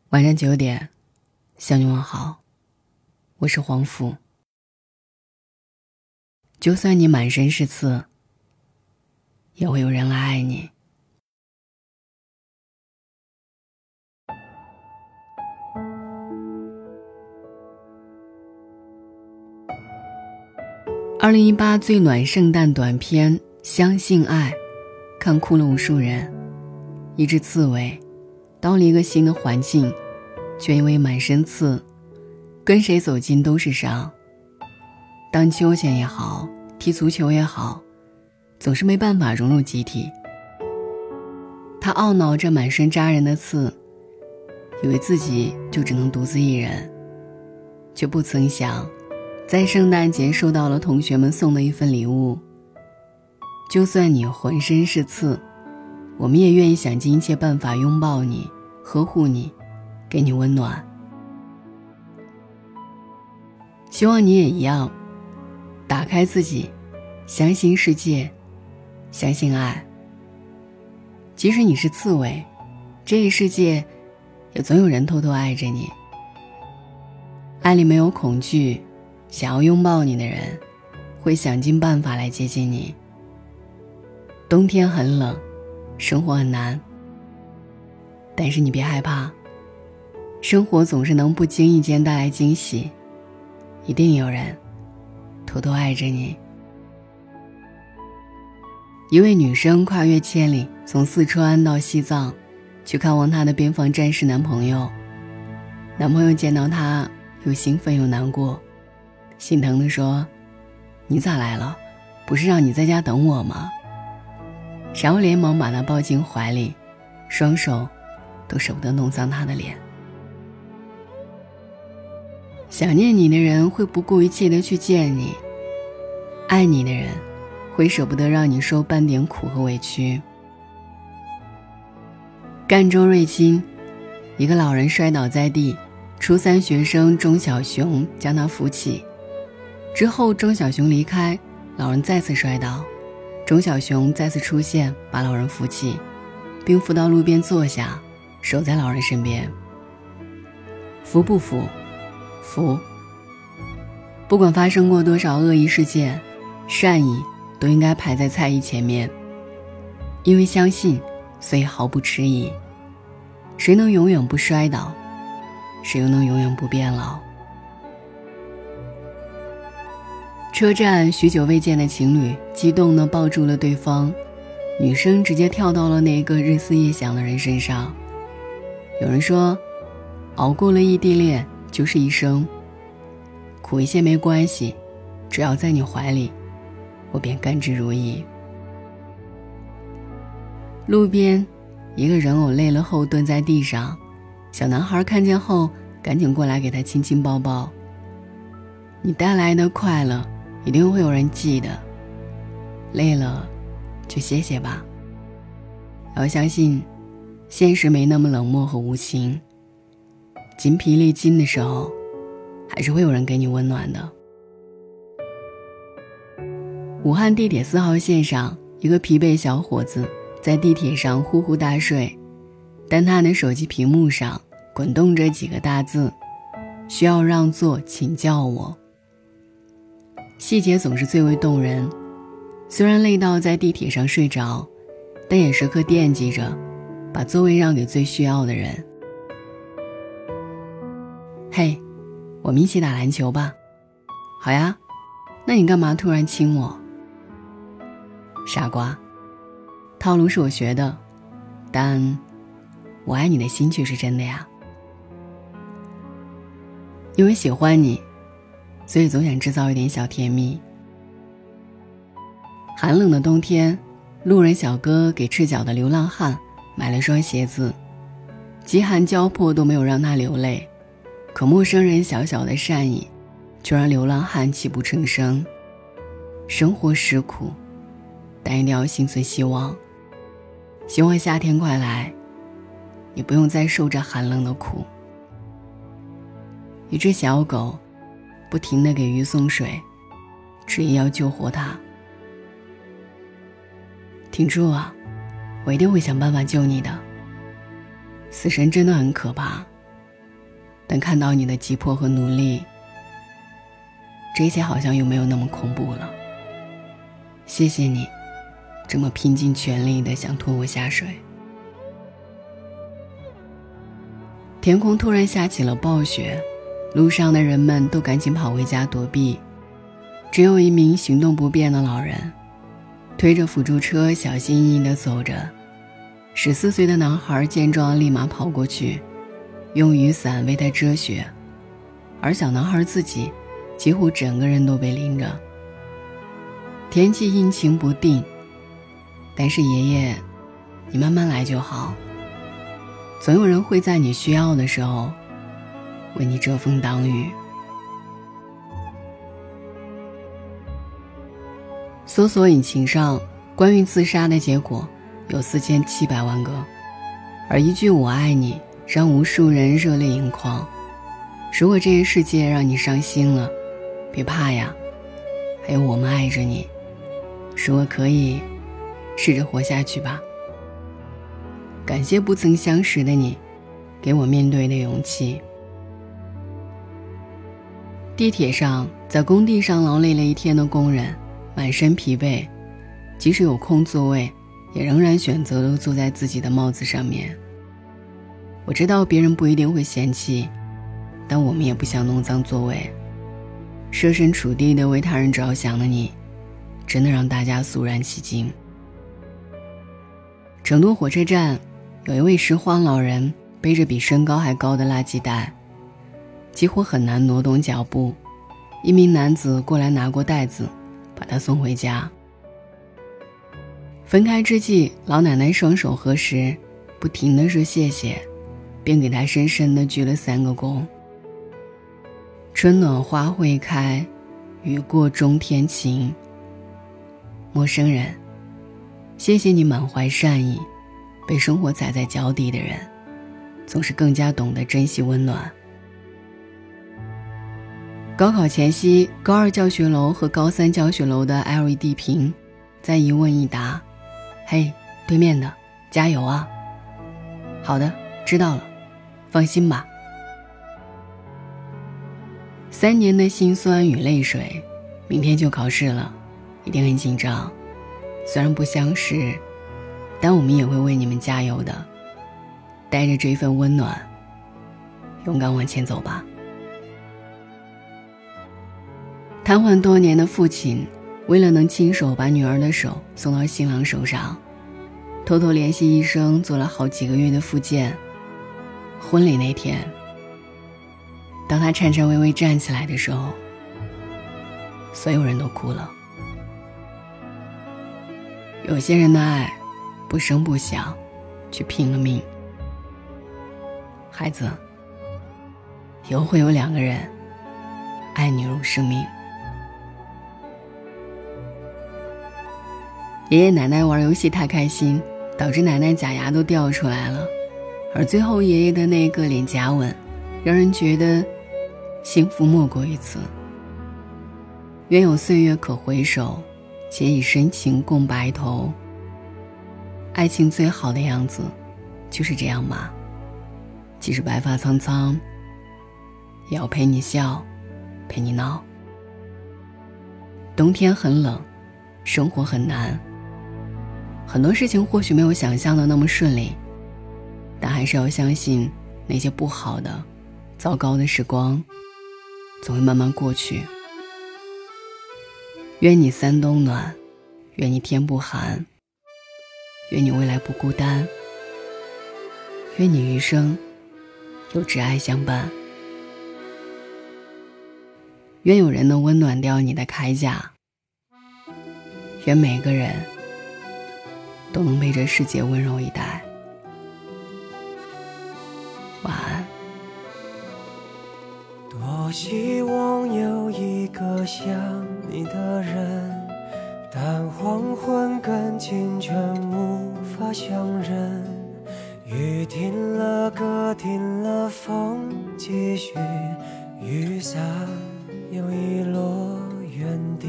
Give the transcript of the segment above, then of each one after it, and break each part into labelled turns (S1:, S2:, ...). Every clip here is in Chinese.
S1: 晚上9点，向你问好，我是黄甫。就算你满身是刺，也会有人来爱你。2018最暖圣诞短片《相信爱》，看哭了无数人。一只刺猬到了一个新的环境，却因为满身刺，跟谁走近都是伤。当秋千也好，踢足球也好，总是没办法融入集体。他懊恼着满身扎人的刺，以为自己就只能独自一人，却不曾想在圣诞节收到了同学们送的一份礼物。就算你浑身是刺，我们也愿意想尽一切办法拥抱你，呵护你，给你温暖。希望你也一样，打开自己，相信世界，相信爱。即使你是刺猬，这一世界也总有人偷偷爱着你。爱里没有恐惧，想要拥抱你的人会想尽办法来接近你。冬天很冷，生活很难，但是你别害怕，生活总是能不经意间带来惊喜，一定有人偷偷爱着你。一位女生跨越千里，从四川到西藏，去看望她的边防战士男朋友。男朋友见到她，又兴奋又难过，心疼地说：“你咋来了？不是让你在家等我吗？”然后连忙把她抱进怀里，双手都舍不得弄脏她的脸。想念你的人会不顾一切地去见你，爱你的人会舍不得让你受半点苦和委屈。赣州瑞金，一个老人摔倒在地，初3学生钟小熊将他扶起。之后钟小熊离开，老人再次摔倒，钟小熊再次出现，把老人扶起，并扶到路边坐下，守在老人身边。扶不扶？扶。不管发生过多少恶意事件，善意都应该排在菜意前面。因为相信，所以毫不迟疑。谁能永远不摔倒，谁又能永远不变老？车站，许久未见的情侣激动地抱住了对方，女生直接跳到了那个日思夜想的人身上。有人说，熬过了异地恋就是一生，苦一些没关系，只要在你怀里，我便甘之如饴。路边，一个人偶累了后蹲在地上，小男孩看见后赶紧过来给他亲亲抱抱。你带来的快乐一定会有人记得，累了就歇歇吧。要相信现实没那么冷漠和无情，筋疲力尽的时候还是会有人给你温暖的。武汉地铁4号线上，一个疲惫小伙子在地铁上呼呼大睡，但他的手机屏幕上滚动着几个大字：需要让座请叫我。细节总是最为动人，虽然累到在地铁上睡着，但也时刻惦记着把座位让给最需要的人。嘿，我们一起打篮球吧。好呀，那你干嘛突然亲我？傻瓜，套路是我学的，但我爱你的心却是真的呀。因为喜欢你，所以总想制造一点小甜蜜。寒冷的冬天，路人小哥给赤脚的流浪汉买了双鞋子，饥寒交迫都没有让他流泪，可陌生人小小的善意却让流浪汉泣不成声。生活实苦，但一定要心存希望，希望夏天快来，也不用再受这寒冷的苦。一只小狗不停地给鱼送水，执意要救活它。挺住啊，我一定会想办法救你的。死神真的很可怕， 能看到你的急迫和努力，这一切好像又没有那么恐怖了。谢谢你这么拼尽全力地想拖我下水。天空突然下起了暴雪，路上的人们都赶紧跑回家躲避，只有一名行动不便的老人推着辅助车小心翼翼地走着。14岁的男孩见状立马跑过去，用雨伞为他遮雪，而小男孩自己几乎整个人都被淋着。天气阴晴不定，但是爷爷，你慢慢来就好，总有人会在你需要的时候为你遮风挡雨。搜索引擎上关于自杀的结果有4700万个，而一句我爱你让无数人热泪盈眶。如果这个世界让你伤心了，别怕呀，还有我们爱着你。如果可以，试着活下去吧。感谢不曾相识的你，给我面对的勇气。地铁上，在工地上劳累了一天的工人满身疲惫，即使有空座位，也仍然选择了坐在自己的帽子上面。我知道别人不一定会嫌弃，但我们也不想弄脏座位。设身处地的为他人着想的你，真的让大家肃然起敬。成都火车站有一位拾荒老人背着比身高还高的垃圾袋，几乎很难挪动脚步。一名男子过来拿过袋子，把他送回家。分开之际，老奶奶双手合十，不停地说谢谢，便给他深深地鞠了3个躬。春暖花会开，雨过中天晴。陌生人，谢谢你满怀善意，被生活踩在脚底的人，总是更加懂得珍惜温暖。高考前夕，高2教学楼和高3教学楼的 LED 屏在一问一答，嘿，对面的，加油啊！好的，知道了，放心吧。3年的辛酸与泪水，明天就考试了，一定很紧张。虽然不相识，但我们也会为你们加油的。带着这份温暖，勇敢往前走吧。瘫痪多年的父亲，为了能亲手把女儿的手送到新郎手上，偷偷联系医生做了好几个月的复健。婚礼那天，当他颤颤巍巍站起来的时候，所有人都哭了。有些人的爱不声不响，却拼了命。孩子，以后会有2个人爱你如生命。爷爷奶奶玩游戏太开心，导致奶奶假牙都掉出来了，而最后爷爷的那个脸颊吻，让人觉得幸福莫过于此。愿有岁月可回首，且以深情共白头。爱情最好的样子就是这样吧，即使白发苍苍，也要陪你笑，陪你闹。冬天很冷，生活很难，很多事情或许没有想象的那么顺利，但还是要相信那些不好的、糟糕的时光总会慢慢过去。愿你3冬暖，愿你天不寒，愿你未来不孤单，愿你余生有挚爱相伴，愿有人能温暖掉你的铠甲，愿每个人都能被这世界温柔以待。晚安。
S2: 多希望有一个像你的人，但黄昏跟清晨无法相认。雨停了，歌停了，风继续，雨伞又遗落原地。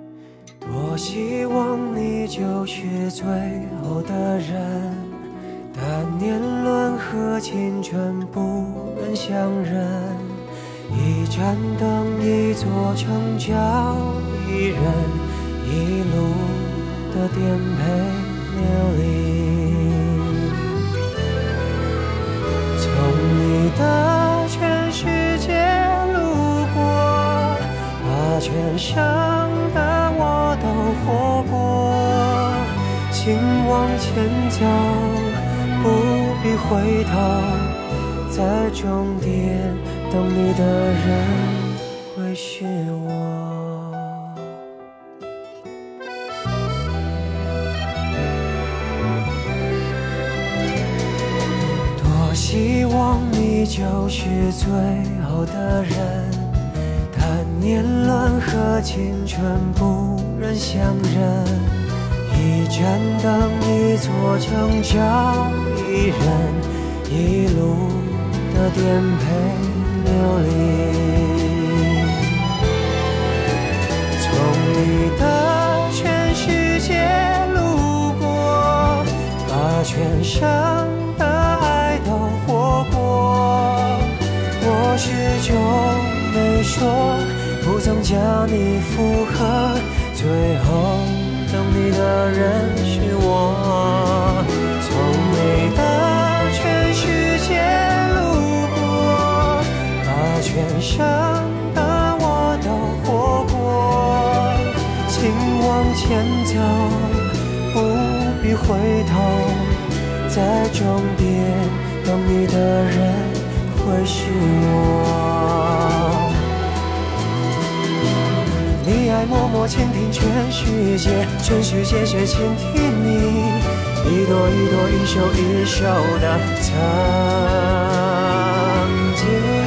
S2: 多希望你就是最后的人， 但年轮和青春不忍相认，一盏灯，一座城，叫一人，一路的颠沛流离。从你的全世界路过，把全盛的我都活过。请往前走，不必回头，在终点等你的人会是我。多希望你就是最后的人，但年轮和青春不忍相认。一盏灯，一座城，叫一人，一路的颠沛流离。从你的全世界路过，把全盛的爱都活过。我始终没说，不曾将你附和，最后等你的人是我。从你的全世界路过，把全盛的我都活过。请往前走，不必回头，在终点等你的人会是我。你爱默默倾听全世界，全世界却倾听你，一朵一朵，一首一首的曾经。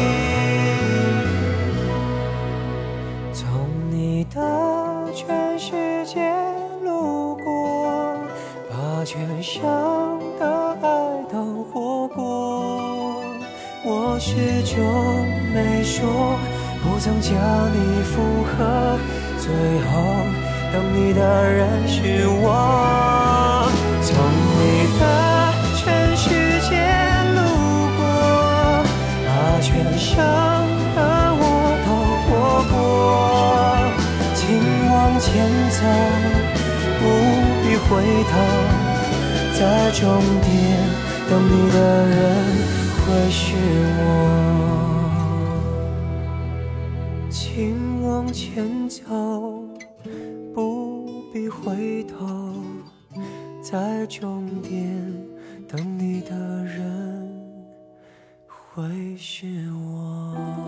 S2: 从你的全世界路过，把全盛的爱都活过。我始终没说，不曾将你附和，最后等你的人是我。从你的全世界路过，把全盛的我都活过。请往前走，不必回头，在终点等你的人会是我。请往前走，不必回头，在终点等你的人会是我。